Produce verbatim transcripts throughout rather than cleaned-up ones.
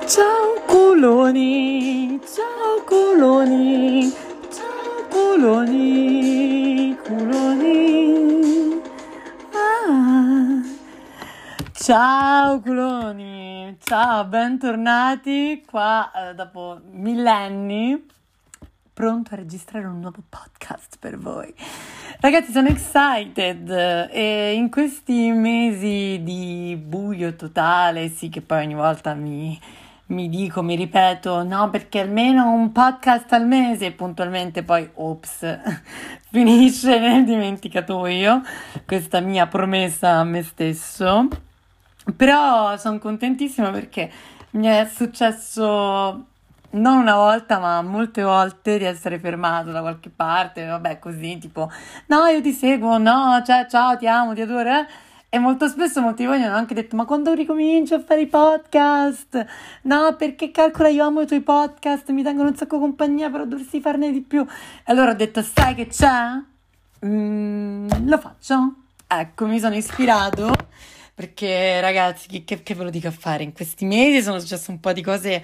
Ciao culoni, ciao culoni, ciao culoni, culoni. Ah. Ciao culoni, ciao, bentornati qua eh, dopo millenni, pronto a registrare un nuovo podcast per voi. Ragazzi, sono excited e in questi mesi di buio totale, sì, che poi ogni volta mi, mi dico, mi ripeto, no, perché almeno un podcast al mese e puntualmente poi, ops, finisce nel dimenticatoio questa mia promessa a me stesso. Però sono contentissima perché mi è successo non una volta, ma molte volte di essere fermato da qualche parte, vabbè, così, tipo, no, io ti seguo, no, cioè, ciao, ti amo, ti adoro, eh? E molto spesso molti di voi mi hanno anche detto, ma quando ricomincio a fare i podcast? No, perché calcola, io amo i tuoi podcast, mi tengono un sacco compagnia, però dovresti farne di più. E allora ho detto, sai che c'è? Mm, lo faccio. Ecco, mi sono ispirato, perché ragazzi, che, che, che ve lo dico a fare? In questi mesi sono successe un po' di cose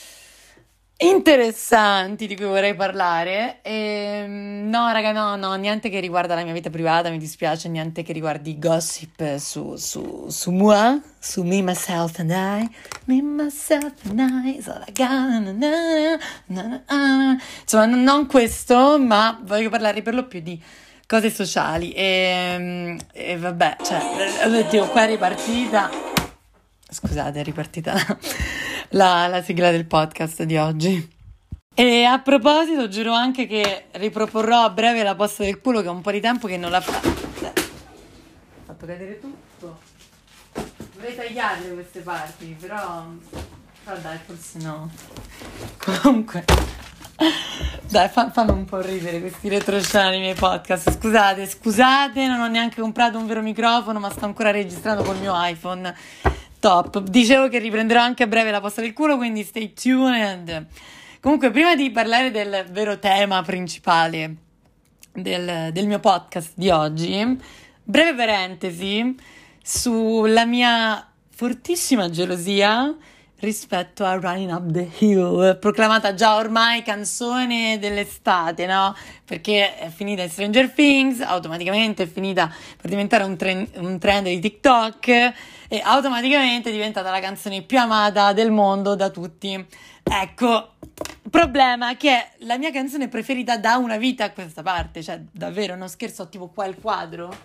interessanti di cui vorrei parlare. E, no, raga, no, no, niente che riguarda la mia vita privata, mi dispiace, niente che riguardi gossip su, su, su moi, su me, myself and I, me, myself and I, so like, na, na, na, na, na. Insomma, non, non questo, ma voglio parlare per lo più di cose sociali. E, e vabbè, cioè, oddio, qua è ripartita. Scusate, è ripartita la, la sigla del podcast di oggi. E a proposito, giuro anche che riproporrò a breve la posta del culo, che è un po' di tempo che non la fa. Ho fatto cadere tutto. Dovrei tagliarle queste parti, però. Però dai, forse no. Comunque. Dai, fa, fanno un po' ridere questi retroscena nei miei podcast. Scusate, scusate, non ho neanche comprato un vero microfono, ma sto ancora registrando col mio iPhone. Top. Dicevo che riprenderò anche a breve la posta del culo, quindi stay tuned. Comunque, prima di parlare del vero tema principale del, del mio podcast di oggi, breve parentesi sulla mia fortissima gelosia rispetto a Running Up the Hill, proclamata già ormai canzone dell'estate, no? Perché è finita in Stranger Things, automaticamente è finita per diventare un, trend, un trend di TikTok e automaticamente è diventata la canzone più amata del mondo da tutti. Ecco, problema che è la mia canzone preferita da una vita a questa parte, cioè davvero, non scherzo, ho tipo qua il quadro,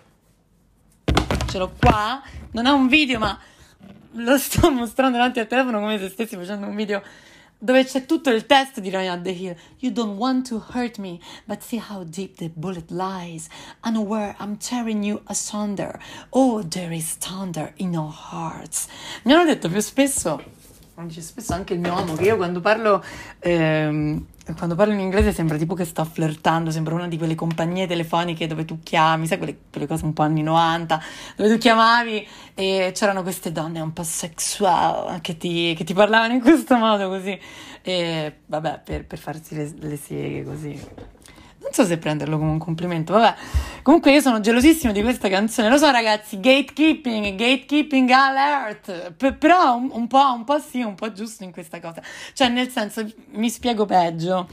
ce l'ho qua, non è un video ma lo sto mostrando davanti al telefono come se stessi facendo un video dove c'è tutto il testo di Running Up the Hill. You don't want to hurt me, but see how deep the bullet lies. Unaware I'm tearing you asunder. Oh, there is thunder in our hearts. Mi hanno detto più spesso, mi dice spesso anche il mio uomo, che io quando parlo ehm, quando parlo in inglese sembra tipo che sto flirtando, sembra una di quelle compagnie telefoniche dove tu chiami, sai quelle, quelle cose un po' anni novanta, dove tu chiamavi e c'erano queste donne un po' sexual che ti, che ti parlavano in questo modo così, e vabbè, per, per farsi le, le seghe così. Non so se prenderlo come un complimento, vabbè. Comunque io sono gelosissimo di questa canzone, lo so ragazzi, gatekeeping, gatekeeping alert, P- però un, un po', un po' sì, un po' giusto in questa cosa. Cioè, nel senso, mi spiego peggio.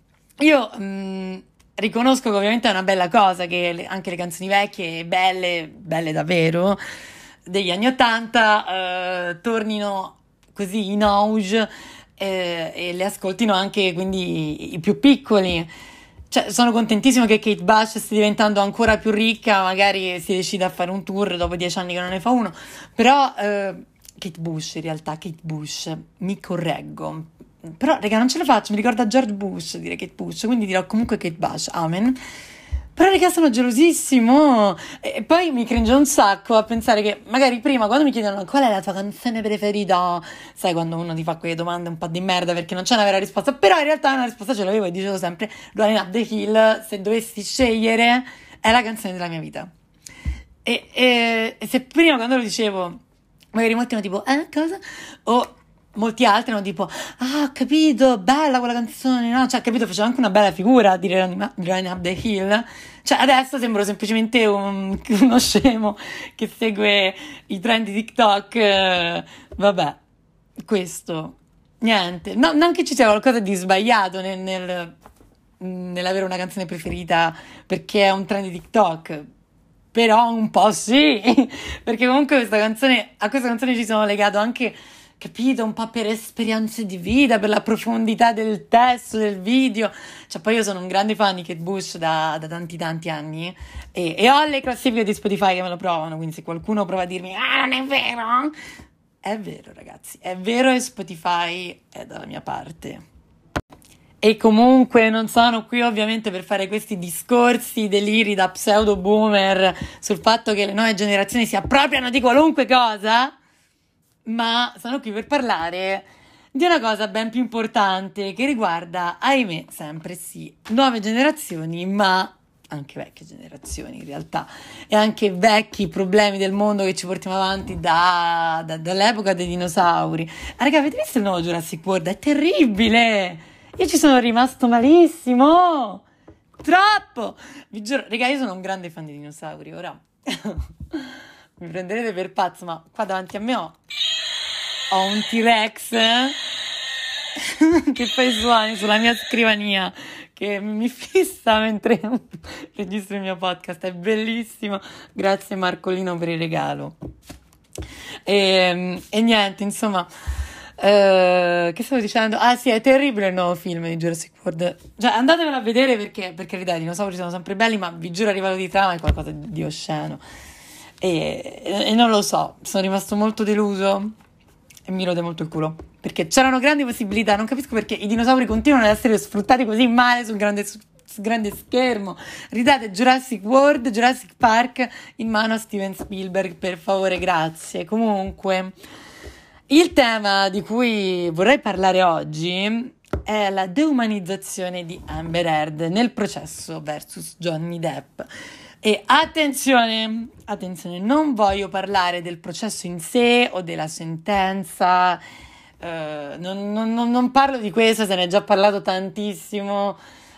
Io mh, riconosco che ovviamente è una bella cosa che le, anche le canzoni vecchie, belle, belle davvero, degli anni Ottanta, eh, tornino così in auge eh, e le ascoltino anche quindi i più piccoli. Cioè, sono contentissimo che Kate Bush stia diventando ancora più ricca, magari si decide a fare un tour dopo dieci anni che non ne fa uno, però eh, Kate Bush in realtà, Kate Bush, mi correggo, però raga non ce la faccio, mi ricorda George Bush dire Kate Bush, quindi dirò comunque Kate Bush, amen. Però raga sono gelosissimo e poi mi cringe un sacco a pensare che magari prima quando mi chiedono qual è la tua canzone preferita, sai quando uno ti fa quelle domande un po' di merda perché non c'è una vera risposta, però in realtà una risposta ce l'avevo e dicevo sempre Running Up the Hill, se dovessi scegliere è la canzone della mia vita. E, e, e se prima quando lo dicevo magari molti erano tipo eh cosa? O molti altri erano tipo ah ho capito, bella quella canzone, no? Cioè capito, faceva anche una bella figura a dire Running Up the Hill. Cioè adesso sembro semplicemente un, uno scemo che segue i trend di TikTok. Vabbè, questo niente, no, non che ci sia qualcosa di sbagliato nel, nel- nell'avere una canzone preferita perché è un trend di TikTok, però un po' sì, perché comunque questa canzone, a questa canzone ci sono legato anche, capito, un po' per esperienze di vita, per la profondità del testo, del video. Cioè, poi io sono un grande fan di Kate Bush da, da tanti tanti anni e, e ho le classifiche di Spotify che me lo provano, quindi se qualcuno prova a dirmi ah, non è vero, è vero ragazzi, è vero, e Spotify è dalla mia parte. E comunque non sono qui ovviamente per fare questi discorsi, deliri da pseudo boomer sul fatto che le nuove generazioni si appropriano di qualunque cosa, ma sono qui per parlare di una cosa ben più importante che riguarda, ahimè, sempre sì, nuove generazioni, ma anche vecchie generazioni in realtà, e anche vecchi problemi del mondo che ci portiamo avanti da, da- dall'epoca dei dinosauri. Ah, raga, avete visto il nuovo Jurassic World? È terribile! Io ci sono rimasto malissimo! Troppo! Vi giuro, raga, io sono un grande fan di dinosauri, ora mi prenderete per pazzo, ma qua davanti a me ho, ho un T-Rex che fa i suoni sulla mia scrivania, che mi fissa mentre registro il mio podcast, è bellissimo. Grazie Marcolino per il regalo. E, e niente, insomma, eh, che stavo dicendo? Ah sì, è terribile il nuovo film di Jurassic World. Cioè, andatevelo a vedere perché, per carità, i dinosauri sono sempre belli, ma vi giuro a livello di trama è qualcosa di, di osceno. E, e non lo so, sono rimasto molto deluso e mi rode molto il culo, perché c'erano grandi possibilità. Non capisco perché i dinosauri continuano ad essere sfruttati così male sul grande, sul grande schermo. Ridate Jurassic World, Jurassic Park in mano a Steven Spielberg, per favore, grazie. Comunque, il tema di cui vorrei parlare oggi è la deumanizzazione di Amber Heard nel processo versus Johnny Depp. E attenzione, attenzione, non voglio parlare del processo in sé o della sentenza, eh, non, non- non- non parlo di questo, se ne è già parlato tantissimo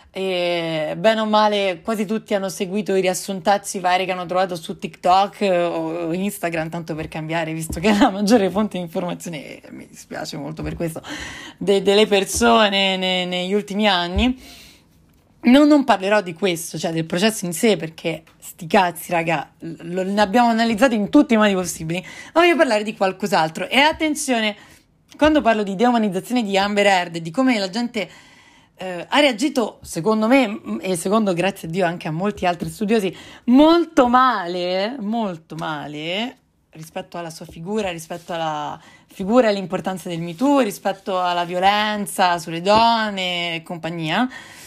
e bene o male quasi tutti hanno seguito i riassuntazzi vari che hanno trovato su TikTok o Instagram, tanto per cambiare, visto che è la maggiore fonte di informazione, e mi dispiace molto per questo, de- delle persone ne- negli ultimi anni. Non, non parlerò di questo, cioè del processo in sé, perché sti cazzi, raga, lo, ne abbiamo analizzato in tutti i modi possibili, ma voglio parlare di qualcos'altro. E attenzione, quando parlo di deumanizzazione di Amber Heard e di come la gente eh, ha reagito, secondo me, e secondo, grazie a Dio, anche a molti altri studiosi, molto male, molto male, rispetto alla sua figura, rispetto alla figura e all'importanza del Me Too, rispetto alla violenza sulle donne e compagnia.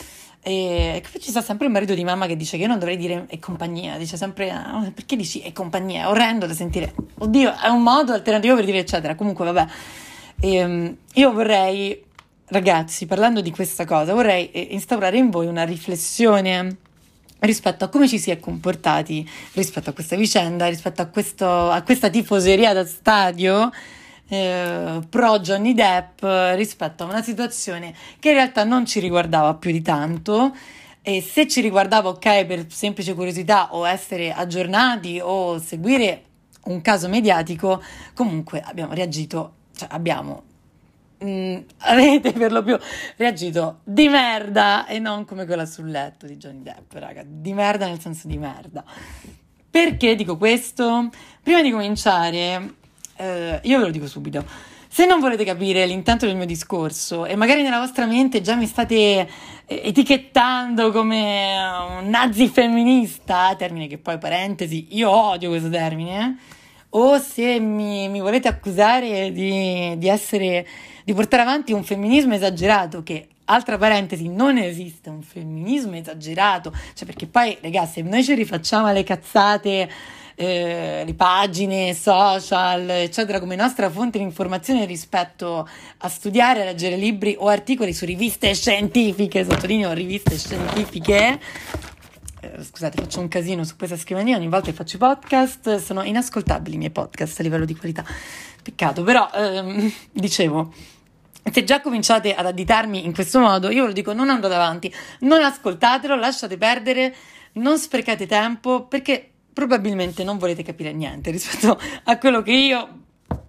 E poi ci sta sempre il marito di mamma che dice che io non dovrei dire e compagnia, dice sempre "Ah, perché dici e compagnia, è orrendo da sentire, oddio, è un modo alternativo per dire eccetera". Comunque vabbè, Ehm, io vorrei, ragazzi, parlando di questa cosa, vorrei eh, instaurare in voi una riflessione rispetto a come ci si è comportati rispetto a questa vicenda, rispetto a, questo, a questa tifoseria da stadio eh, pro Johnny Depp, eh, rispetto a una situazione che in realtà non ci riguardava più di tanto, e se ci riguardava, ok, per semplice curiosità o essere aggiornati o seguire un caso mediatico, comunque abbiamo reagito, cioè abbiamo Mm, avete per lo più reagito di merda, e non come quella sul letto di Johnny Depp, raga, di merda nel senso di merda. Perché dico questo? Prima di cominciare, eh, io ve lo dico subito, se non volete capire l'intento del mio discorso e magari nella vostra mente già mi state eh, etichettando come un nazi femminista, termine che poi, parentesi, io odio questo termine, eh, o se mi, mi volete accusare di, di essere, di portare avanti un femminismo esagerato, che, altra parentesi, non esiste un femminismo esagerato, cioè perché poi, ragazzi, se noi ci rifacciamo alle cazzate, eh, le pagine social, eccetera, come nostra fonte di informazione rispetto a studiare, a leggere libri o articoli su riviste scientifiche, sottolineo riviste scientifiche, scusate, faccio un casino su questa scrivania ogni volta che faccio i podcast, sono inascoltabili i miei podcast a livello di qualità, peccato, però ehm, dicevo, se già cominciate ad additarmi in questo modo, io ve lo dico, non andate avanti, non ascoltatelo, lasciate perdere, non sprecate tempo, perché probabilmente non volete capire niente rispetto a quello che io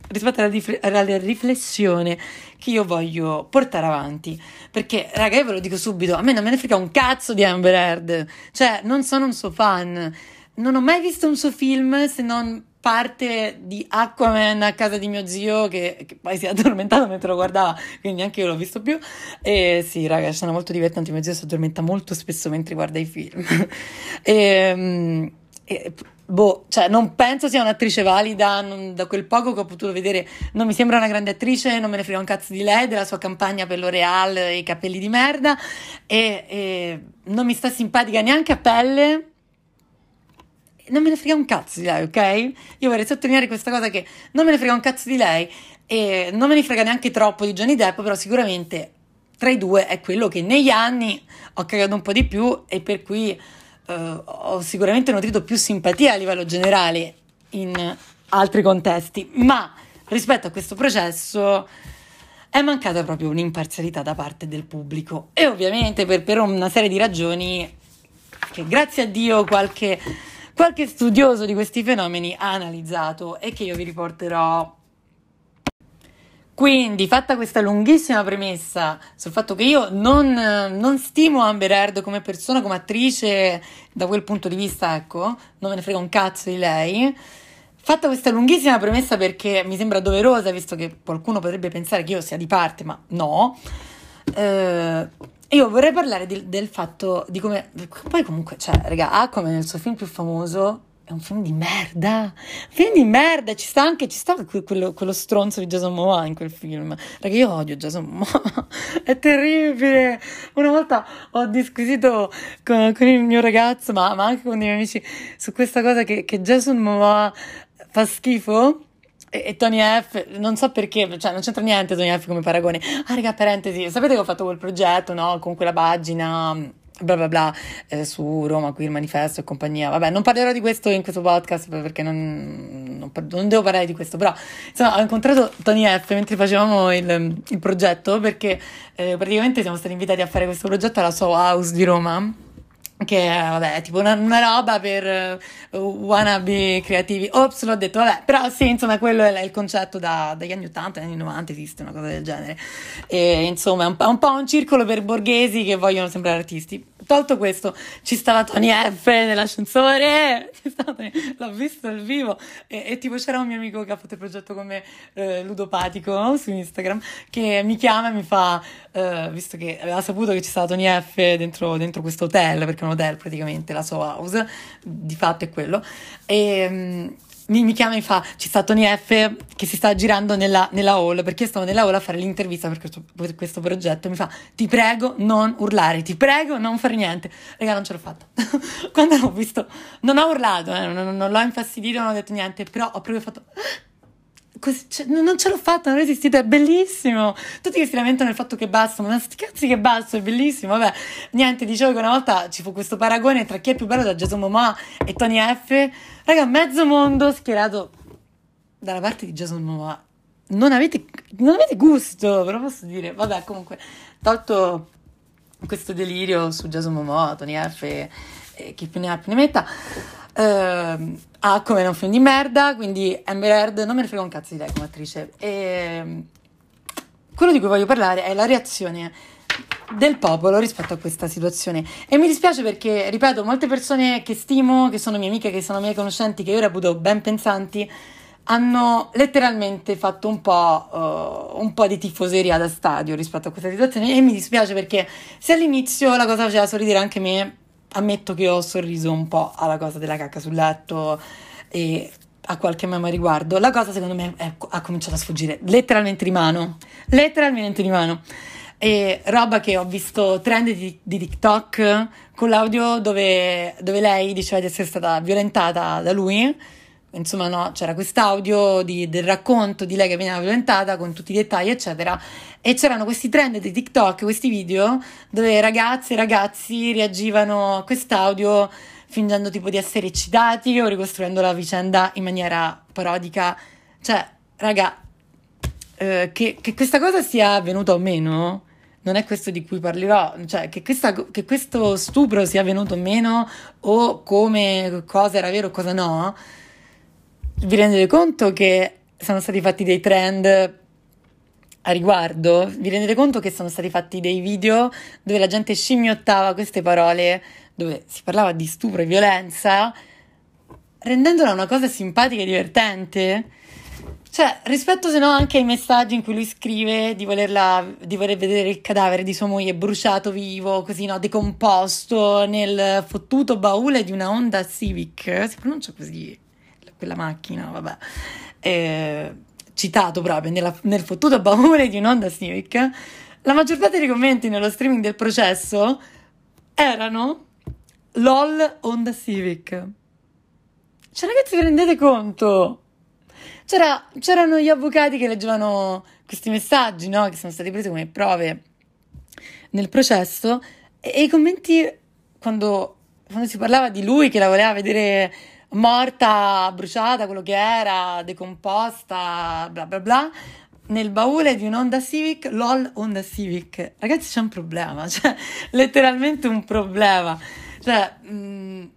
rispetto alla, rifle- alla riflessione che io voglio portare avanti, perché raga, io ve lo dico subito, a me non me ne frega un cazzo di Amber Heard, cioè non sono un suo fan, non ho mai visto un suo film se non parte di Aquaman a casa di mio zio che, che poi si è addormentato mentre lo guardava, quindi anche io l'ho visto più. E sì, raga, sono molto divertenti, mio zio si addormenta molto spesso mentre guarda i film. e, e boh, cioè non penso sia un'attrice valida, non- da quel poco che ho potuto vedere non mi sembra una grande attrice, non me ne frega un cazzo di lei, della sua campagna per L'Oreal e i capelli di merda, e, e non mi sta simpatica neanche a pelle. Non me ne frega un cazzo di lei, ok? Io vorrei sottolineare questa cosa, che non me ne frega un cazzo di lei e non me ne frega neanche troppo di Johnny Depp, però sicuramente tra i due è quello che negli anni ho cagato un po' di più e per cui eh, ho sicuramente nutrito più simpatia a livello generale in altri contesti, ma rispetto a questo processo è mancata proprio un'imparzialità da parte del pubblico e ovviamente per, per una serie di ragioni che grazie a Dio qualche, qualche studioso di questi fenomeni ha analizzato e che io vi riporterò. Quindi, fatta questa lunghissima premessa sul fatto che io non, non stimo Amber Heard come persona, come attrice, da quel punto di vista, ecco, non me ne frega un cazzo di lei. Fatta questa lunghissima premessa perché mi sembra doverosa, visto che qualcuno potrebbe pensare che io sia di parte, ma no. Eh, io vorrei parlare di- del fatto di come. Poi, comunque, cioè, raga, Aquaman nel suo film più famoso è un film di merda. Un film di merda. Ci sta anche. Ci sta que- quello, quello stronzo di Jason Momoa in quel film. Raga, io odio Jason Momoa. È terribile. Una volta ho disquisito con, con il mio ragazzo, ma, ma anche con i miei amici, su questa cosa che, che Jason Momoa fa schifo. E, e Tony F, non so perché, cioè non c'entra niente Tony F come paragone. Ah, raga, parentesi, sapete che ho fatto quel progetto, no? Con quella pagina, bla bla bla, eh, su Roma, qui il manifesto e compagnia. Vabbè, non parlerò di questo in questo podcast perché non, non, non devo parlare di questo, però insomma ho incontrato Tony F mentre facevamo il, il progetto perché eh, praticamente siamo stati invitati a fare questo progetto alla Soho House di Roma, che è, vabbè, è tipo una, una roba per uh, wannabe creativi. Ops, l'ho detto, vabbè, però sì, insomma, quello è il concetto da- dagli anni ottanta, agli anni novanta esiste una cosa del genere. E insomma, è un, è un po' un circolo per borghesi che vogliono sembrare artisti. Tolto questo, ci stava Tony F nell'ascensore, ci stava Tony- l'ho visto dal vivo, e, e tipo c'era un mio amico che ha fatto il progetto con me, eh, ludopatico, su Instagram, che mi chiama e mi fa, eh, visto che aveva saputo che ci stava Tony F dentro, dentro questo hotel, perché è un hotel praticamente, la Soho House, di fatto è quello, e mm, mi, mi chiama e mi fa, ci sta Tony F che si sta girando nella, nella hall, perché io stavo nella hall a fare l'intervista per questo, per questo progetto, e mi fa, ti prego non urlare, ti prego non fare niente. Raga, non ce l'ho fatta. Quando l'ho visto, non ho urlato, eh, non, non l'ho infastidito, non ho detto niente, però ho proprio fatto... Così, cioè, non non ce l'ho fatta, non ho resistito, è bellissimo. Tutti che si lamentano del fatto che è basso, ma sti cazzi che è basso, è bellissimo. Vabbè, niente, dicevo che una volta ci fu questo paragone tra chi è più bello da Jason Momoa e Tony F. Raga, mezzo mondo schierato dalla parte di Jason Momoa. Non avete, non avete gusto, ve lo posso dire. Vabbè, comunque, tolto questo delirio su Jason Momoa, Tony F e, e chi più ne ha più ne metta, ehm, ha come un film di merda, quindi Amber Heard non me ne frega un cazzo di lei come attrice. E quello di cui voglio parlare è la reazione del popolo rispetto a questa situazione, e mi dispiace perché, ripeto, molte persone che stimo, che sono mie amiche, che sono miei conoscenti, che io reputo ben pensanti, hanno letteralmente fatto un po', uh, un po' di tifoseria da stadio rispetto a questa situazione, e mi dispiace perché se all'inizio la cosa faceva sorridere anche me, ammetto che ho sorriso un po' alla cosa della cacca sul letto e a qualche meme a riguardo, la cosa secondo me è- ha cominciato a sfuggire letteralmente di mano, letteralmente di mano. E roba che ho visto trend di, di TikTok con l'audio dove, dove lei diceva di essere stata violentata da lui. Insomma, no, c'era quest'audio di- del racconto di lei che veniva violentata con tutti i dettagli, eccetera. E c'erano questi trend di TikTok, questi video dove ragazze e ragazzi reagivano a quest'audio fingendo tipo di essere eccitati o ricostruendo la vicenda in maniera parodica. Cioè, raga, eh, che, che questa cosa sia avvenuta o meno, non è questo di cui parlerò, cioè che, questa- che questo stupro sia avvenuto o meno, o come cosa era vero o cosa no, vi rendete conto che sono stati fatti dei trend a riguardo, vi rendete conto che sono stati fatti dei video dove la gente scimmiottava queste parole, dove si parlava di stupro e violenza, rendendola una cosa simpatica e divertente? Cioè, rispetto se no anche ai messaggi in cui lui scrive di volerla, di voler vedere il cadavere di sua moglie bruciato vivo, così no, decomposto nel fottuto baule di una Honda Civic, si pronuncia così, quella macchina, vabbè, eh, citato proprio nella, nel fottuto baule di un Honda Civic. La maggior parte dei commenti nello streaming del processo erano LOL Honda Civic. Cioè, ragazzi, vi rendete conto? C'era, c'erano gli avvocati che leggevano questi messaggi, no? Che sono stati presi come prove nel processo, e, e i commenti, quando, quando si parlava di lui che la voleva vedere morta, bruciata, quello che era, decomposta, bla bla bla, nel baule di un Honda Civic, LOL Honda Civic. Ragazzi, c'è un problema, cioè, letteralmente un problema. Cioè, mh,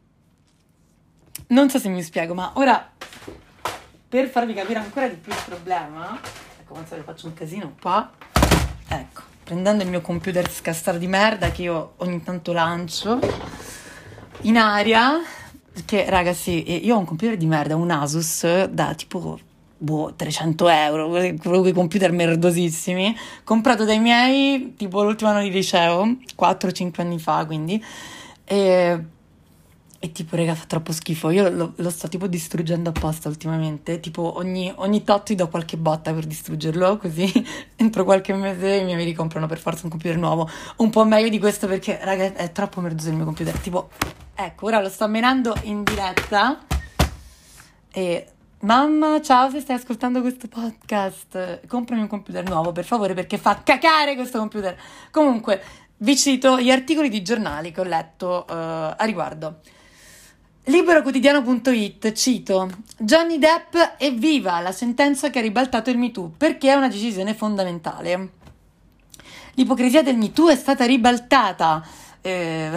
non so se mi spiego, ma ora, per farvi capire ancora di più il problema, ecco, come se faccio un casino qua, ecco, prendendo il mio computer scassato di merda che io ogni tanto lancio in aria, che ragazzi, io ho un computer di merda, un Asus da tipo boh, trecento euro, quei computer merdosissimi, comprato dai miei tipo l'ultimo anno di liceo, quattro cinque anni fa, quindi, e, e tipo raga fa troppo schifo, io lo, lo sto tipo distruggendo apposta ultimamente, tipo ogni, ogni tot gli do qualche botta per distruggerlo, così entro qualche mese i miei amici comprano per forza un computer nuovo, un po' meglio di questo perché raga è troppo merdoso il mio computer, tipo ecco, ora lo sto menando in diretta e mamma, ciao, se stai ascoltando questo podcast, comprami un computer nuovo, per favore, perché fa cacare questo computer. Comunque, vi cito gli articoli di giornali che ho letto uh, a riguardo. Libero-quotidiano punto it, cito, Johnny Depp evviva la sentenza che ha ribaltato il Me Too, perché è una decisione fondamentale. L'ipocrisia del Me Too è stata ribaltata. Eh,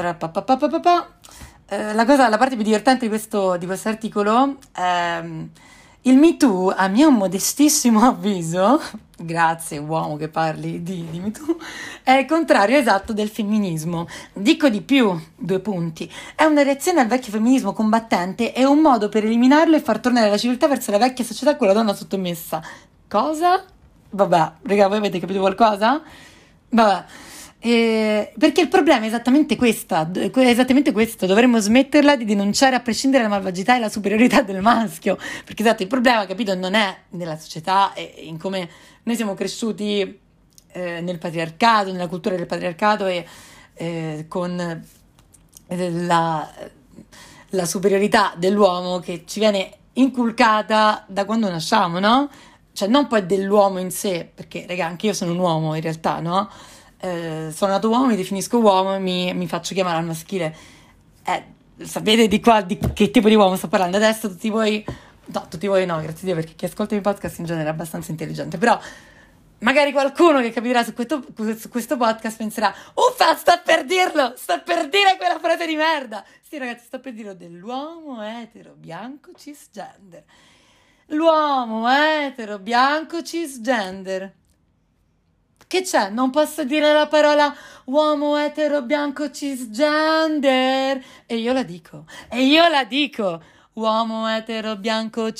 La cosa, la parte più divertente di questo, di questo articolo è il Me Too, a mio modestissimo avviso, grazie uomo che parli di, di Me Too, è il contrario esatto del femminismo. Dico di più, due punti, è una reazione al vecchio femminismo combattente e un modo per eliminarlo e far tornare la civiltà verso la vecchia società con la donna sottomessa. Cosa? Vabbè, raga, voi avete capito qualcosa? Vabbè. Eh, perché il problema è esattamente questa, è esattamente questo, dovremmo smetterla di denunciare a prescindere la malvagità e la superiorità del maschio, perché esatto, il problema, capito, non è nella società e in come noi siamo cresciuti eh, nel patriarcato, nella cultura del patriarcato e eh, con la, la superiorità dell'uomo che ci viene inculcata da quando nasciamo, no? Cioè non poi dell'uomo in sé, perché raga, anche io sono un uomo in realtà, no? Eh, sono nato uomo, mi definisco uomo e mi, mi faccio chiamare al maschile. Eh, sapete di qua di che tipo di uomo sto parlando? Adesso tutti voi, no, tutti voi no, grazie a Dio, perché chi ascolta i podcast in genere è abbastanza intelligente, però magari qualcuno che capirà su questo, su questo podcast penserà uffa, sto per dirlo, sto per dire quella frase di merda. Sì ragazzi, sto per dirlo dell'uomo etero, bianco, cisgender. L'uomo etero, bianco, cisgender. Che c'è? Non posso dire la parola uomo etero bianco cisgender e io la dico, e io la dico, uomo etero bianco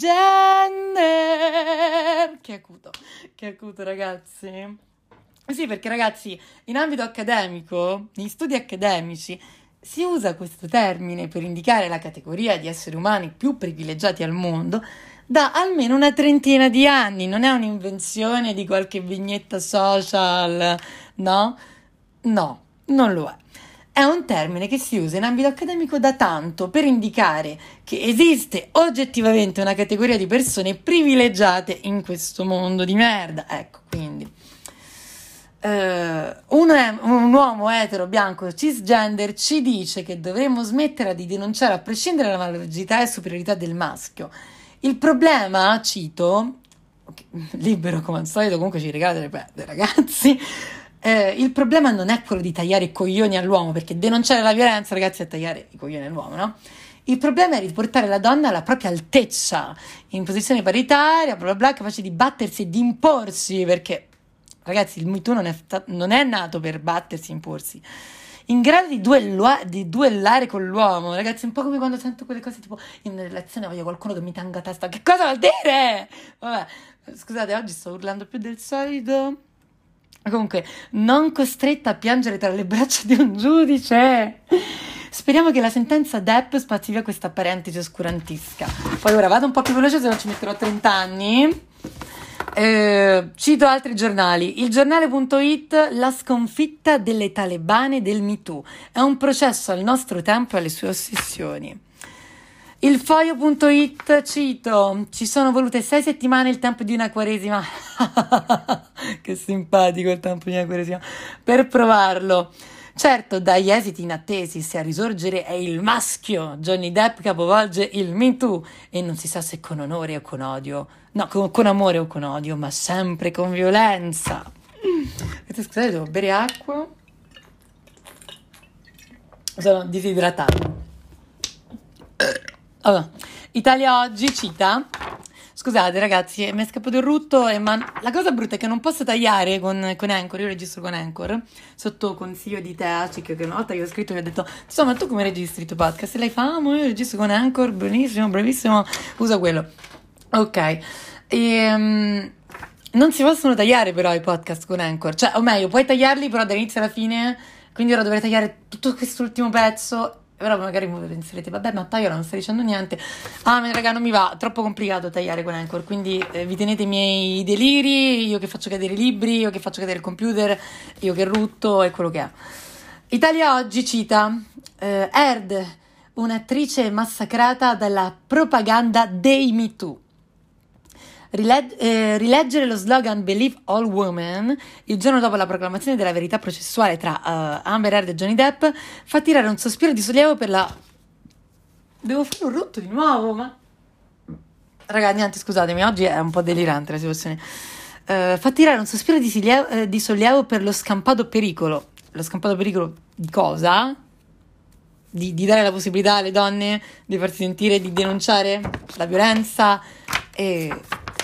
cisgender. Che acuto, che acuto ragazzi. Sì, perché ragazzi, in ambito accademico, negli studi accademici, si usa questo termine per indicare la categoria di esseri umani più privilegiati al mondo da almeno una trentina di anni, non è un'invenzione di qualche vignetta social, no? No, non lo è. È un termine che si usa in ambito accademico da tanto per indicare che esiste oggettivamente una categoria di persone privilegiate in questo mondo di merda. Ecco, quindi uh, un, un uomo etero, bianco, cisgender ci dice che dovremmo smettere di denunciare a prescindere dalla malvagità e superiorità del maschio. Il problema, cito, Libero come al solito comunque ci regala delle perde ragazzi, eh, il problema non è quello di tagliare i coglioni all'uomo, perché denunciare la violenza ragazzi è tagliare i coglioni all'uomo, no? Il problema è riportare la donna alla propria altezza, in posizione paritaria, bla bla bla, capace di battersi e di imporsi, perché, ragazzi, il Me Too non è, non è nato per battersi e imporsi, in grado di, duellua, di duellare con l'uomo, ragazzi, un po' come quando sento quelle cose tipo, in una relazione voglio qualcuno che mi tanga a testa, che cosa vuol dire? Vabbè, scusate, oggi sto urlando più del solito. Comunque, non costretta a piangere tra le braccia di un giudice. Speriamo che la sentenza Depp spazi via questa parentesi oscurantisca. Poi ora vado un po' più veloce, se no ci metterò trenta anni. Eh, cito altri giornali. Il giornale punto it, la sconfitta delle talebane del Me Too. È un processo al nostro tempo e alle sue ossessioni. Il foglio punto it, cito, ci sono volute sei settimane il tempo di una quaresima. Che simpatico il tempo di una quaresima. Per provarlo. Certo, dagli esiti inattesi, se a risorgere è il maschio, Johnny Depp capovolge il Me Too e non si sa se con onore o con odio, no, con, con amore o con odio, ma sempre con violenza. Scusate, devo bere acqua. Sono disidratato. Allora, Italia Oggi cita... Scusate ragazzi, mi è scappato il rutto, e ma la cosa brutta è che non posso tagliare con, con Anchor, io registro con Anchor, sotto consiglio di Teacic, che una volta io ho scritto e mi ha detto, insomma, tu come registri il tuo podcast? E lei fa, ah, ma io registro con Anchor, benissimo, bravissimo, usa quello. Ok, e, um, non si possono tagliare però i podcast con Anchor, cioè, o meglio, puoi tagliarli però dall'inizio alla fine, quindi ora dovrei tagliare tutto quest'ultimo pezzo. Però magari voi penserete, vabbè, ma Tagliola non sta dicendo niente. Ah, ma raga, non mi va, troppo complicato tagliare con Anchor, quindi eh, vi tenete i miei deliri, io che faccio cadere i libri, io che faccio cadere il computer, io che rutto e quello che è. Italia Oggi cita eh, Heard, un'attrice massacrata dalla propaganda dei Me Too. Rileg- eh, rileggere lo slogan Believe All Women il giorno dopo la proclamazione della verità processuale tra uh, Amber Heard e Johnny Depp fa tirare un sospiro di sollievo per la... Devo fare un rotto di nuovo, ma... Ragazzi, niente, scusatemi, oggi è un po' delirante la situazione. Uh, fa tirare un sospiro di sollievo, eh, di sollievo per lo scampato pericolo. Lo scampato pericolo di cosa? Di, di dare la possibilità alle donne di farsi sentire, di denunciare la violenza e...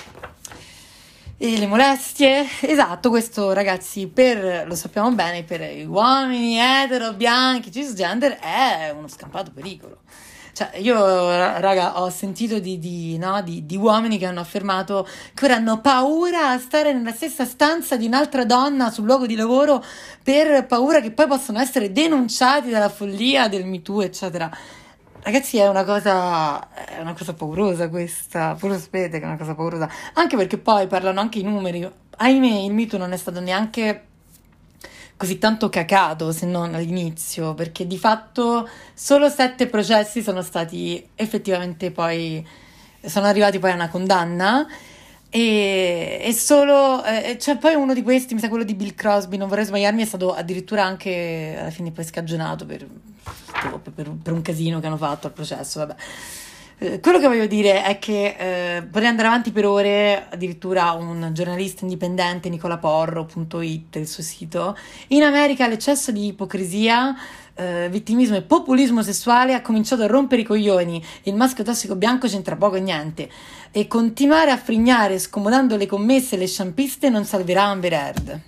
E le molestie, esatto, questo ragazzi, per, lo sappiamo bene, per gli uomini etero, bianchi, cisgender è uno scampato pericolo. Cioè, io, raga, ho sentito di, di, no, di, di uomini che hanno affermato che ora hanno paura a stare nella stessa stanza di un'altra donna sul luogo di lavoro per paura che poi possano essere denunciati dalla follia del Me Too, eccetera. Ragazzi, è una cosa è una cosa paurosa questa, pure sapete che è una cosa paurosa, anche perché poi parlano anche i numeri. Ahimè, il Me Too non è stato neanche così tanto cacato, se non all'inizio, perché di fatto solo sette processi sono stati effettivamente poi, sono arrivati poi a una condanna, e, e solo, eh, cioè poi uno di questi, mi sa quello di Bill Crosby, non vorrei sbagliarmi, è stato addirittura anche alla fine poi scagionato per... Per, per un casino che hanno fatto al processo, vabbè. Eh, quello che voglio dire è che eh, potrei andare avanti per ore, addirittura un giornalista indipendente, Nicola Porro punto it, il suo sito, in America l'eccesso di ipocrisia, eh, vittimismo e populismo sessuale ha cominciato a rompere i coglioni, il maschio tossico bianco c'entra poco e niente, e continuare a frignare scomodando le commesse e le sciampiste non salverà Amber Heard.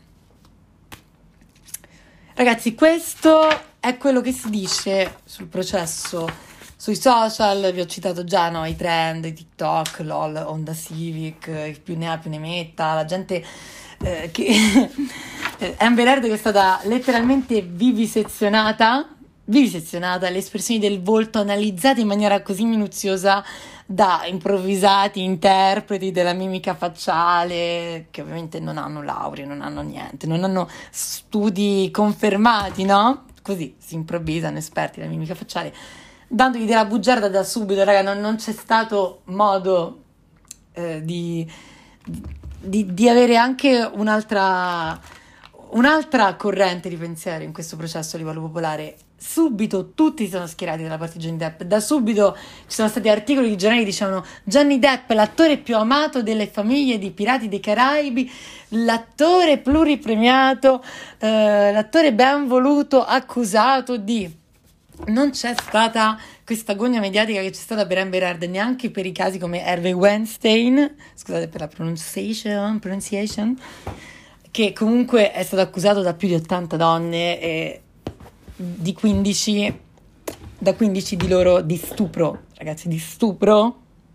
Ragazzi, questo è quello che si dice sul processo, sui social, vi ho citato già, no, i trend, i TikTok, LOL, Honda Civic, più ne ha più ne metta, la gente eh, che... Amber Heard che è stata letteralmente vivisezionata, vivisezionata, le espressioni del volto analizzate in maniera così minuziosa da improvvisati interpreti della mimica facciale, che ovviamente non hanno lauree, non hanno niente, non hanno studi confermati, no? Così si improvvisano esperti della mimica facciale, dandogli della bugiarda da subito, raga, non, non c'è stato modo eh, di, di, di avere anche un'altra, un'altra corrente di pensiero in questo processo a livello popolare. Subito tutti si sono schierati dalla parte di Johnny Depp, da subito ci sono stati articoli di giornali che dicevano Johnny Depp, l'attore più amato delle famiglie di Pirati dei Caraibi, l'attore pluripremiato, eh, l'attore ben voluto accusato di... non c'è stata questa gogna mediatica che c'è stata per Amber Heard, neanche per i casi come Harvey Weinstein, scusate per la pronunciation, pronunciation che comunque è stato accusato da più di ottanta donne e di quindici, da quindici di loro di stupro, ragazzi, di stupro.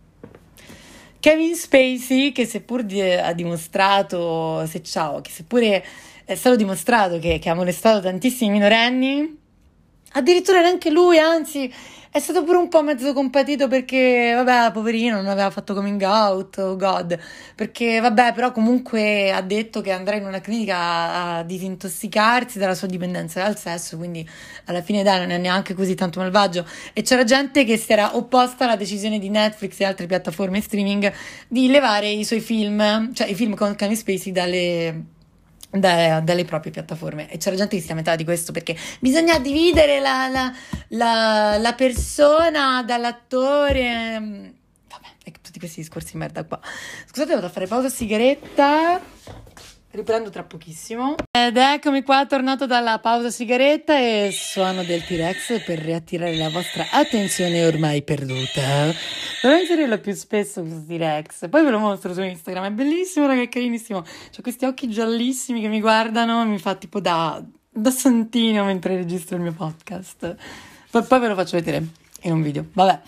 Kevin Spacey, che seppur di, ha dimostrato, se ciao, che seppure è stato dimostrato che, che ha molestato tantissimi minorenni, addirittura neanche lui, anzi, è stato pure un po' mezzo compatito perché, vabbè, poverino, non aveva fatto coming out, oh god, perché, vabbè, però comunque ha detto che andrà in una clinica a, a disintossicarsi dalla sua dipendenza dal sesso, quindi alla fine dai, non è neanche così tanto malvagio. E c'era gente che si era opposta alla decisione di Netflix e altre piattaforme streaming di levare i suoi film, cioè i film con Kevin Spacey dalle... Da, dalle proprie piattaforme, e c'era gente che si lamentava di questo perché bisogna dividere la, la, la, la persona dall'attore, vabbè, e tutti questi discorsi di merda qua. Scusate, vado a fare pausa sigaretta, riprendo tra pochissimo ed eccomi qua, tornato dalla pausa sigaretta e suono del T-Rex per riattirare la vostra attenzione ormai perduta. Dovrei inserirlo più spesso questo T-Rex, poi ve lo mostro su Instagram, è bellissimo, raga, è carinissimo, c'ho questi occhi giallissimi che mi guardano, mi fa tipo da, da santino mentre registro il mio podcast, poi, poi ve lo faccio vedere in un video, vabbè.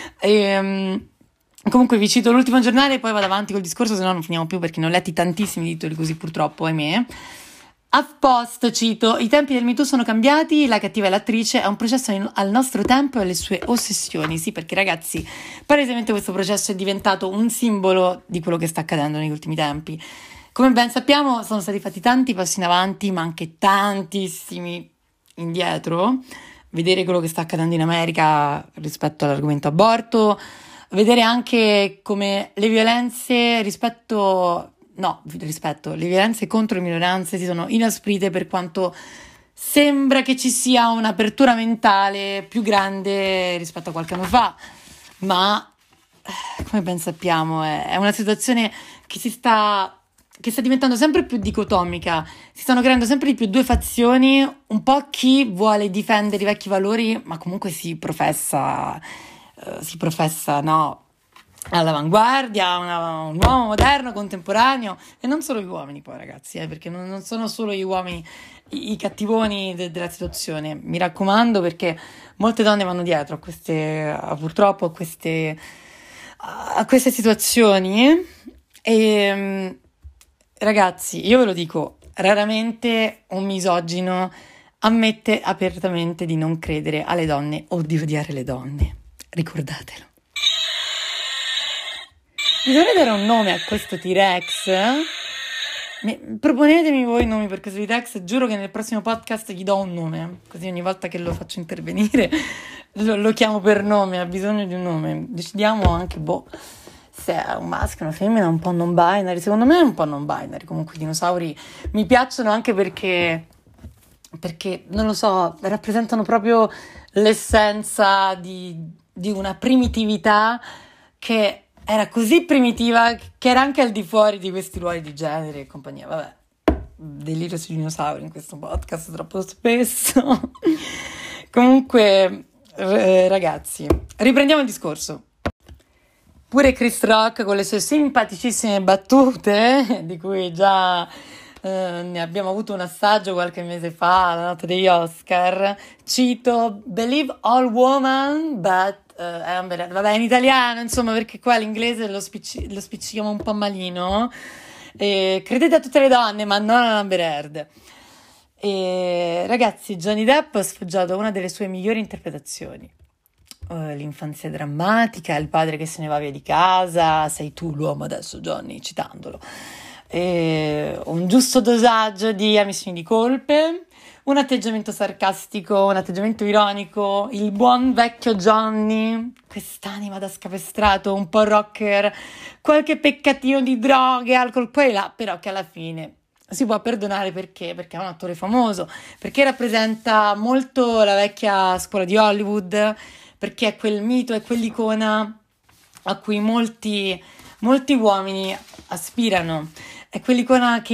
Ehm Comunque vi cito l'ultimo giornale e poi vado avanti col discorso, se no non finiamo più perché ne ho letti tantissimi titoli così purtroppo, ahimè. HuffPost, cito, i tempi del Me Too sono cambiati, la cattiva è l'attrice, è un processo in, al nostro tempo e alle sue ossessioni. Sì, perché ragazzi, palesemente questo processo è diventato un simbolo di quello che sta accadendo negli ultimi tempi. Come ben sappiamo sono stati fatti tanti passi in avanti, ma anche tantissimi indietro. Vedere quello che sta accadendo in America rispetto all'argomento aborto, vedere anche come le violenze rispetto, no, rispetto, le violenze contro le minoranze si sono inasprite per quanto sembra che ci sia un'apertura mentale più grande rispetto a qualche anno fa, ma come ben sappiamo è, è una situazione che si sta, che sta diventando sempre più dicotomica, si stanno creando sempre di più due fazioni, un po' chi vuole difendere i vecchi valori, ma comunque si professa... Uh, si professa no, all'avanguardia, una, un uomo moderno, contemporaneo, e non solo gli uomini poi ragazzi, eh, perché non, non sono solo gli uomini i, i cattivoni de, della situazione, mi raccomando, perché molte donne vanno dietro a queste, a, purtroppo a queste, a queste situazioni e um, ragazzi, io ve lo dico, raramente un misogino ammette apertamente di non credere alle donne o di odiare le donne. Ricordatelo. Mi dovrei dare un nome a questo T-Rex? Mi, proponetemi voi i nomi per questo T-Rex, giuro che nel prossimo podcast gli do un nome, così ogni volta che lo faccio intervenire lo, lo chiamo per nome, ha bisogno di un nome. Decidiamo anche, boh, se è un maschio, una femmina, un po' non binary. Secondo me è un po' non binary, comunque i dinosauri mi piacciono anche perché, perché non lo so, rappresentano proprio l'essenza di... di una primitività che era così primitiva che era anche al di fuori di questi ruoli di genere e compagnia. Vabbè, delirio sui dinosauri in questo podcast troppo spesso. Comunque, r- ragazzi, riprendiamo il discorso. Pure Chris Rock con le sue simpaticissime battute, di cui già eh, ne abbiamo avuto un assaggio qualche mese fa, la notte degli Oscar, cito "Believe all women, but uh, Amber Heard". Vabbè, in italiano, insomma, perché qua l'inglese lo, spicci- lo spiccichiamo un po' malino. E credete a tutte le donne, ma non a Amber Heard. E ragazzi, Johnny Depp ha sfoggiato una delle sue migliori interpretazioni. Uh, l'infanzia drammatica, il padre che se ne va via di casa, sei tu l'uomo adesso, Johnny, citandolo. E un giusto dosaggio di ammissioni di colpe, un atteggiamento sarcastico, un atteggiamento ironico, il buon vecchio Johnny, quest'anima da scapestrato, un po' rocker, qualche peccatino di droghe, alcol qua e là, però che alla fine si può perdonare perché? Perché è un attore famoso, perché rappresenta molto la vecchia scuola di Hollywood, perché è quel mito, è quell'icona a cui molti, molti uomini aspirano, è quell'icona che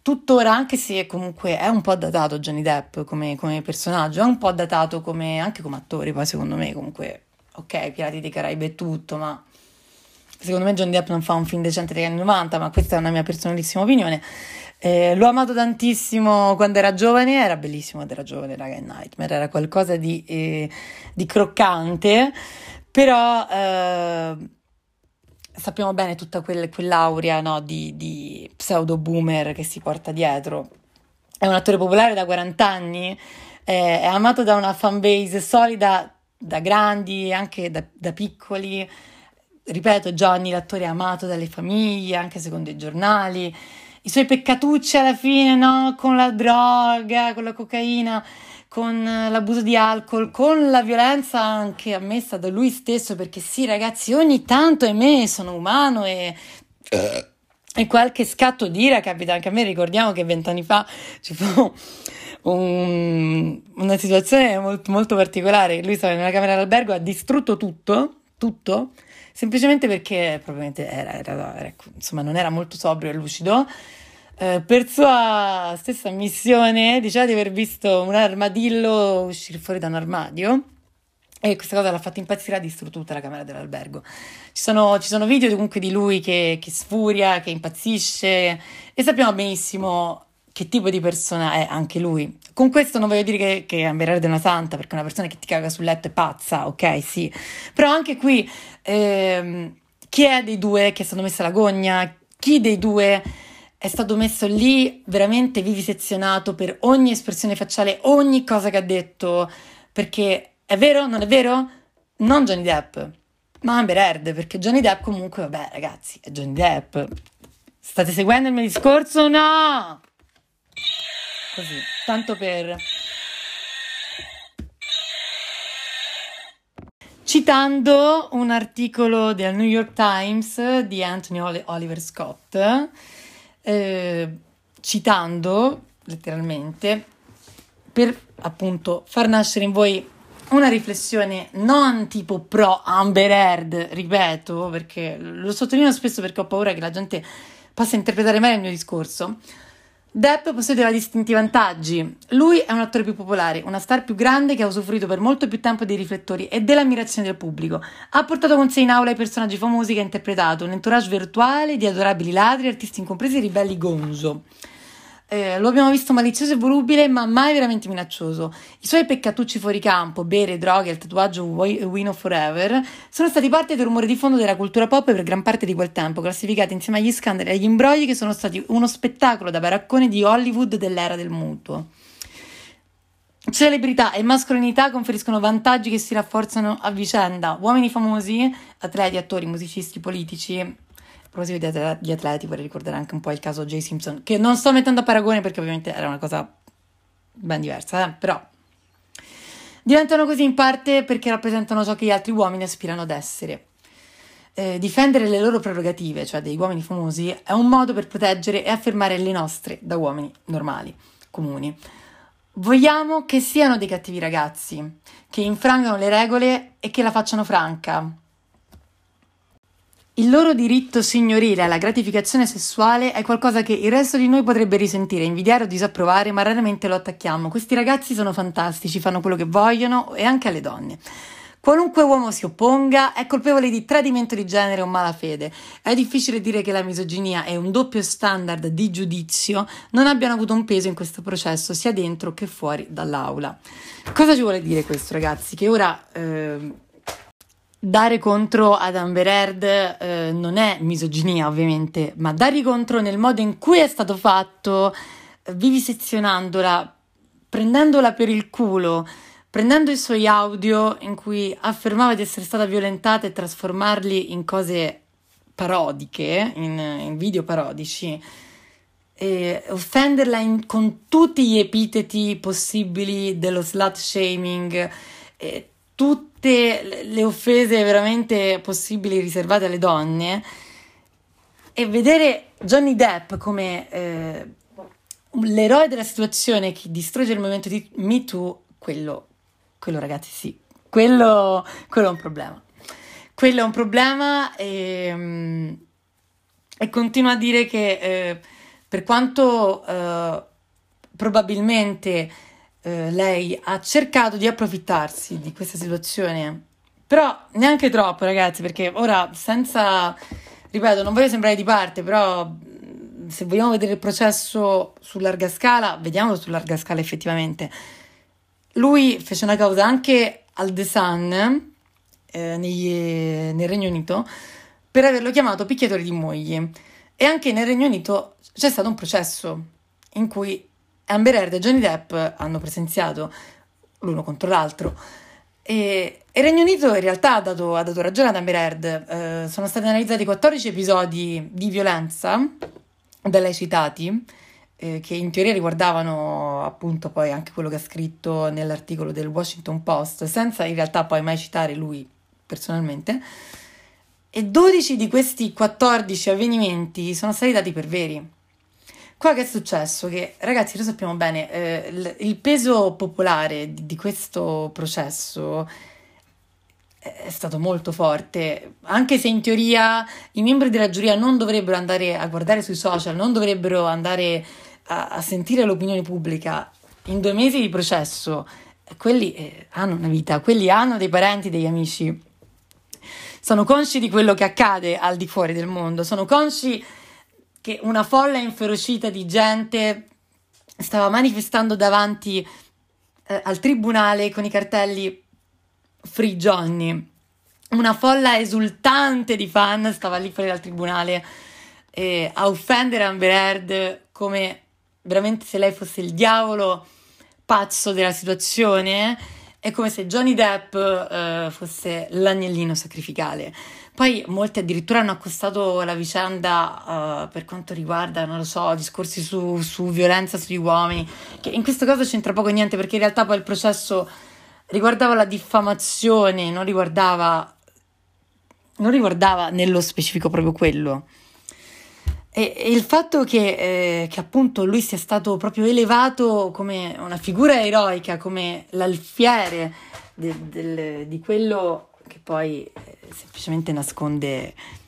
tuttora, anche se comunque è un po' datato Johnny Depp come, come personaggio, è un po' datato come, anche come attore, poi secondo me comunque, ok, Pirati dei Caraibi e tutto, ma secondo me Johnny Depp non fa un film decente degli anni novanta, ma questa è una mia personalissima opinione. Eh, l'ho amato tantissimo quando era giovane, era bellissimo quando era giovane, raga, in Nightmare, era qualcosa di, eh, di croccante, però eh, sappiamo bene tutta quel, quell'aurea, no, di, di pseudo boomer che si porta dietro. È un attore popolare da quaranta anni, eh, è amato da una fanbase solida da grandi, anche da, da piccoli. Ripeto, Johnny, l'attore è amato dalle famiglie, anche secondo i giornali. I suoi peccatucci alla fine, no? Con la droga, con la cocaina, con l'abuso di alcol, con la violenza anche ammessa da lui stesso, perché sì, ragazzi, ogni tanto, ahimè, sono umano e, e qualche scatto d'ira capita anche a me. Ricordiamo che vent'anni fa ci fu un, una situazione molto, molto particolare. Lui stava nella camera d'albergo, ha distrutto tutto, tutto, semplicemente perché probabilmente era, era, era, insomma, non era molto sobrio e lucido. Eh, per sua stessa ammissione diceva di aver visto un armadillo uscire fuori da un armadio e questa cosa l'ha fatto impazzire, ha distrutto tutta la camera dell'albergo. Ci sono, ci sono video comunque di lui che, che sfuria, che impazzisce e sappiamo benissimo che tipo di persona è anche lui. Con questo non voglio dire che, che Amber Heard è una santa, perché una persona che ti caga sul letto è pazza, ok, sì, però anche qui ehm, chi è dei due che è stato messo alla gogna, chi dei due è stato messo lì veramente vivisezionato per ogni espressione facciale, ogni cosa che ha detto, perché è vero, non è vero? Non Johnny Depp, ma Amber Heard, perché Johnny Depp comunque, vabbè ragazzi, è Johnny Depp. State seguendo il mio discorso? No! Così, tanto per... Citando un articolo del New York Times di Anthony Oliver Scott, eh, citando letteralmente per appunto far nascere in voi una riflessione non tipo pro Amber Heard, ripeto, perché lo sottolineo spesso perché ho paura che la gente possa interpretare male il mio discorso. Depp possedeva distinti vantaggi. Lui è un attore più popolare, una star più grande che ha usufruito per molto più tempo dei riflettori e dell'ammirazione del pubblico. Ha portato con sé in aula i personaggi famosi che ha interpretato, un entourage virtuale di adorabili ladri, artisti incompresi e ribelli gonzo. Eh, lo abbiamo visto malizioso e volubile, ma mai veramente minaccioso. I suoi peccatucci fuori campo, bere, droghe e il tatuaggio Win of Forever sono stati parte del rumore di fondo della cultura pop per gran parte di quel tempo, classificati insieme agli scandali e agli imbrogli che sono stati uno spettacolo da baraccone di Hollywood dell'era del mutuo. Celebrità e mascolinità conferiscono vantaggi che si rafforzano a vicenda. Uomini famosi, atleti, attori, musicisti, politici. A proposito di, atleti, di atleti, vorrei ricordare anche un po' il caso Jay Simpson, che non sto mettendo a paragone perché ovviamente era una cosa ben diversa, eh? Però diventano così in parte perché rappresentano ciò che gli altri uomini aspirano ad essere. Eh, difendere le loro prerogative, cioè degli uomini famosi, è un modo per proteggere e affermare le nostre da uomini normali, comuni. Vogliamo che siano dei cattivi ragazzi, che infrangano le regole e che la facciano franca. Il loro diritto signorile alla gratificazione sessuale è qualcosa che il resto di noi potrebbe risentire, invidiare o disapprovare, ma raramente lo attacchiamo. Questi ragazzi sono fantastici, fanno quello che vogliono e anche alle donne. Qualunque uomo si opponga è colpevole di tradimento di genere o malafede. È difficile dire che la misoginia e un doppio standard di giudizio non abbiano avuto un peso in questo processo, sia dentro che fuori dall'aula. Cosa ci vuole dire questo, ragazzi? Che ora... Eh, Dare contro ad Amber Heard eh, non è misoginia, ovviamente, ma dare contro nel modo in cui è stato fatto, vivisezionandola, prendendola per il culo, prendendo i suoi audio in cui affermava di essere stata violentata e trasformarli in cose parodiche, in, in video parodici, e offenderla in, con tutti gli epiteti possibili dello slut shaming, e tutte le offese veramente possibili riservate alle donne, e vedere Johnny Depp come eh, l'eroe della situazione che distrugge il movimento di Me Too, quello, quello ragazzi sì, quello, quello è un problema. Quello è un problema e, e continuo a dire che eh, per quanto eh, probabilmente eh, lei ha cercato di approfittarsi di questa situazione, però neanche troppo, ragazzi, perché ora senza, ripeto, non voglio sembrare di parte, però se vogliamo vedere il processo su larga scala, vediamolo su larga scala effettivamente. Lui fece una causa anche al The Sun eh, negli, nel Regno Unito per averlo chiamato picchiatore di mogli, e anche nel Regno Unito c'è stato un processo in cui Amber Heard e Johnny Depp hanno presenziato l'uno contro l'altro, e il Regno Unito in realtà ha dato, ha dato ragione ad Amber Heard. Eh, sono stati analizzati quattordici episodi di violenza da lei citati, eh, che in teoria riguardavano appunto poi anche quello che ha scritto nell'articolo del Washington Post, senza in realtà poi mai citare lui personalmente, e dodici di questi quattordici avvenimenti sono stati dati per veri. Qua che è successo? Che, ragazzi, lo sappiamo bene, eh, il, il peso popolare di, di questo processo è stato molto forte, anche se in teoria i membri della giuria non dovrebbero andare a guardare sui social, non dovrebbero andare a, a sentire l'opinione pubblica. In due mesi di processo, quelli eh, hanno una vita, quelli hanno dei parenti, degli amici, sono consci di quello che accade al di fuori del mondo, sono consci che una folla inferocita di gente stava manifestando davanti eh, al tribunale con i cartelli Free Johnny. Una folla esultante di fan stava lì fuori dal tribunale eh, a offendere Amber Heard come veramente se lei fosse il diavolo pazzo della situazione, è come se Johnny Depp eh, fosse l'agnellino sacrificale. Poi molti addirittura hanno accostato la vicenda uh, per quanto riguarda, non lo so, discorsi su, su violenza sugli uomini, che in questo caso c'entra poco e niente, perché in realtà poi il processo riguardava la diffamazione, non riguardava, non riguardava nello specifico proprio quello. E, e il fatto che, eh, che appunto lui sia stato proprio elevato come una figura eroica, come l'alfiere de, del, di quello che poi eh, semplicemente nasconde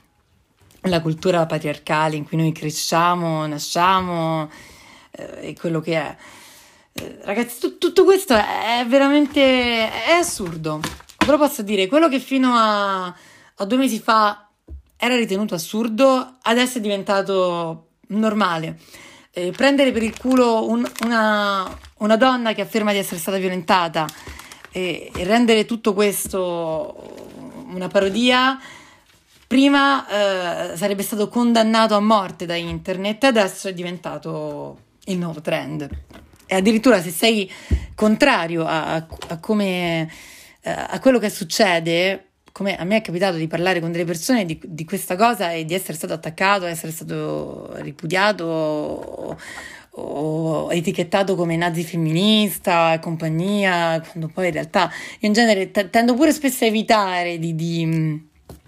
la cultura patriarcale in cui noi cresciamo, nasciamo eh, e quello che è. Eh, ragazzi, t- tutto questo è veramente è assurdo. Però posso dire, quello che fino a, a due mesi fa era ritenuto assurdo, adesso è diventato normale. Eh, prendere per il culo un, una, una donna che afferma di essere stata violentata e, e rendere tutto questo una parodia, prima eh, sarebbe stato condannato a morte da internet, adesso è diventato il nuovo trend. E addirittura se sei contrario a, a, a come a quello che succede, come a me è capitato di parlare con delle persone di, di questa cosa e di essere stato attaccato, essere stato ripudiato o, o etichettato come nazi femminista e compagnia, quando poi in realtà io in genere t- tendo pure spesso a evitare di, di,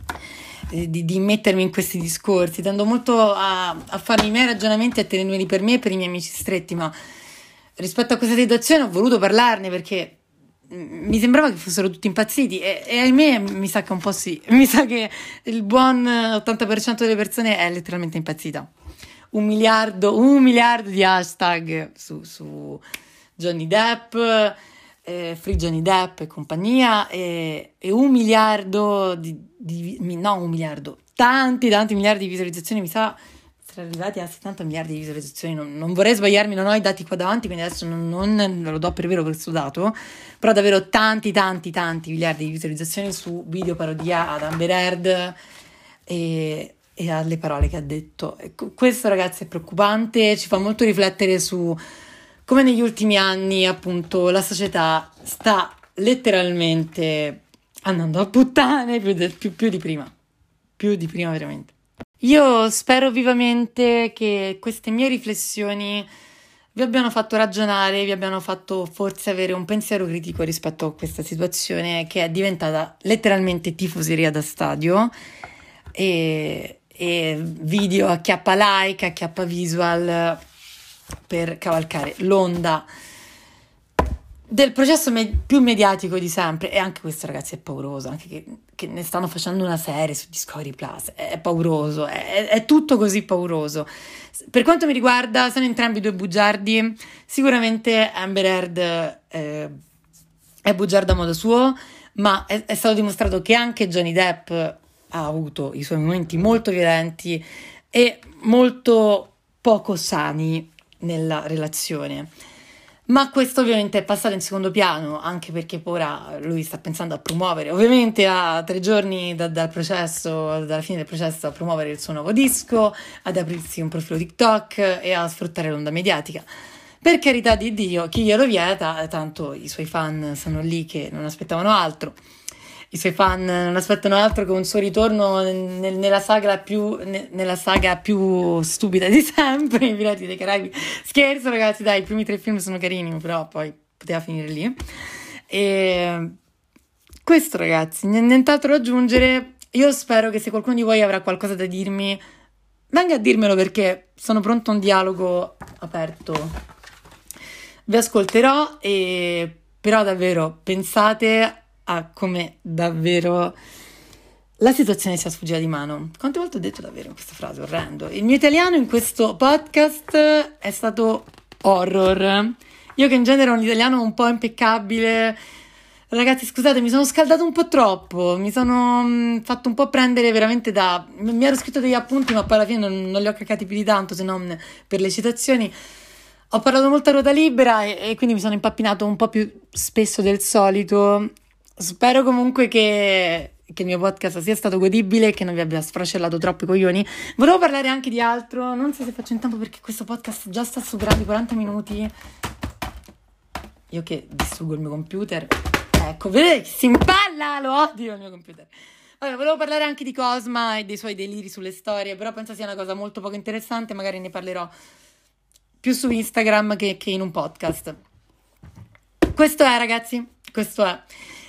di, di mettermi in questi discorsi, tendo molto a, a farmi i miei ragionamenti e a tenermeli per me e per i miei amici stretti, ma rispetto a questa situazione ho voluto parlarne perché mi sembrava che fossero tutti impazziti e, e ahimè mi sa che un po' sì, mi sa che il buon ottanta per cento delle persone è letteralmente impazzita. Un miliardo, un miliardo di hashtag su, su Johnny Depp, eh, Free Johnny Depp e compagnia, e, e un miliardo di, di, no un miliardo, tanti tanti miliardi di visualizzazioni, mi sa arrivati a settanta miliardi di visualizzazioni, non, non vorrei sbagliarmi, non ho i dati qua davanti, quindi adesso non, non lo do per vero questo dato, però davvero tanti tanti tanti miliardi di visualizzazioni su video parodia ad Amber Heard e, e alle parole che ha detto. E questo, ragazzi, è preoccupante, ci fa molto riflettere su come negli ultimi anni appunto la società sta letteralmente andando a puttane più, de, più, più di prima, più di prima veramente. Io spero vivamente che queste mie riflessioni vi abbiano fatto ragionare, vi abbiano fatto forse avere un pensiero critico rispetto a questa situazione che è diventata letteralmente tifoseria da stadio e, e video a chiappa like, a chiappa visual per cavalcare l'onda del processo me- più mediatico di sempre. E anche questo, ragazzi, è pauroso, anche che, che ne stanno facendo una serie su Discovery Plus, è, è pauroso, è, è tutto così pauroso. Per quanto mi riguarda, sono entrambi due bugiardi. Sicuramente Amber Heard eh, è bugiarda a modo suo, ma è, è stato dimostrato che anche Johnny Depp ha avuto i suoi momenti molto violenti e molto poco sani nella relazione. Ma questo ovviamente è passato in secondo piano, anche perché ora lui sta pensando a promuovere, ovviamente a tre giorni da, dal processo, dalla fine del processo, a promuovere il suo nuovo disco, ad aprirsi un profilo TikTok e a sfruttare l'onda mediatica. Per carità di Dio, chi glielo vieta, tanto i suoi fan sono lì che non aspettavano altro. I suoi fan non aspettano altro che un suo ritorno nel, nella, saga più, ne, nella saga più stupida di sempre, I Pirati dei Caraibi. Scherzo, ragazzi, dai, i primi tre film sono carini, però poi poteva finire lì. E questo, ragazzi, nient'altro da aggiungere. Io spero che se qualcuno di voi avrà qualcosa da dirmi, venga a dirmelo, perché sono pronto a un dialogo aperto. Vi ascolterò, e però davvero pensate a come davvero la situazione sia sfuggita di mano. Quante volte ho detto davvero questa frase? Orrendo. Il mio italiano in questo podcast è stato horror. Io che in genere ho un italiano un po' impeccabile. Ragazzi, scusate, mi sono scaldato un po' troppo, mi sono mh, fatto un po' prendere veramente da... Mi ero scritto degli appunti, ma poi alla fine non, non li ho cacati più di tanto, se non per le citazioni. Ho parlato molto a ruota libera e, e quindi mi sono impappinato un po' più spesso del solito. Spero comunque che, che il mio podcast sia stato godibile e che non vi abbia sfracellato troppo i coglioni. Volevo parlare anche di altro, non so se faccio in tempo perché questo podcast già sta superando i quaranta minuti. Io che distruggo il mio computer. Ecco, vedete che si impalla, lo odio il mio computer. Allora, volevo parlare anche di Cosma e dei suoi deliri sulle storie, però penso sia una cosa molto poco interessante, magari ne parlerò più su Instagram che, che in un podcast. Questo è, ragazzi, questo è.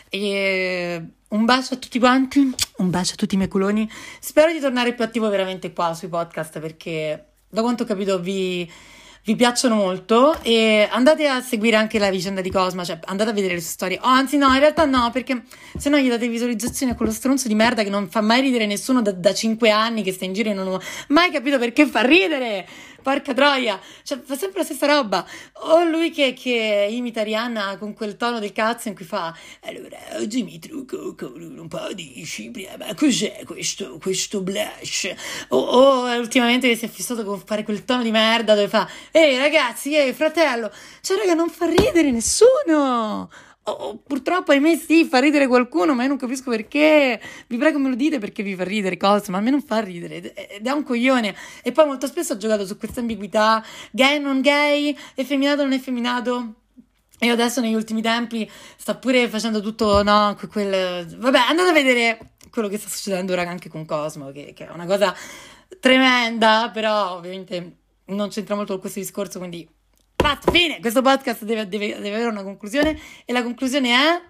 E un bacio a tutti quanti, un bacio a tutti i miei culoni. Spero di tornare più attivo veramente qua sui podcast, perché da quanto ho capito vi, vi piacciono molto, e andate a seguire anche la vicenda di Cosma, cioè andate a vedere le sue storie. Oh, anzi no, in realtà no, perché se no gli date visualizzazioni a quello stronzo di merda che non fa mai ridere nessuno da, da cinque anni, che sta in giro e non ho mai capito perché fa ridere. Porca troia, cioè fa sempre la stessa roba. O lui che, che imita Rihanna con quel tono del cazzo in cui fa: allora oggi mi trucco con un po' di cipria, ma cos'è questo, questo blush? O, o ultimamente che si è fissato con fare quel tono di merda dove fa: ehi ragazzi, ehi fratello, cioè raga, non fa ridere nessuno. Oh, purtroppo, ahimè, sì, fa ridere qualcuno, ma io non capisco perché. Vi prego, me lo dite perché vi fa ridere, cosa, ma a me non fa ridere ed è un coglione. E poi molto spesso ho giocato su questa ambiguità, gay non gay, effeminato non effeminato. E adesso negli ultimi tempi sta pure facendo tutto, no, quel... Vabbè, andate a vedere quello che sta succedendo ora anche con Cosmo, che, che è una cosa tremenda, però ovviamente non c'entra molto con questo discorso, quindi... Basta, fine! Questo podcast deve, deve, deve avere una conclusione, e la conclusione è...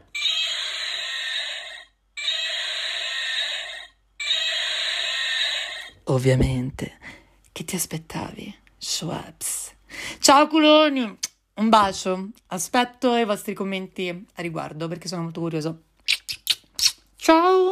Ovviamente, che ti aspettavi? Schweppes. Ciao culoni! Un bacio, aspetto i vostri commenti a riguardo perché sono molto curioso. Ciao!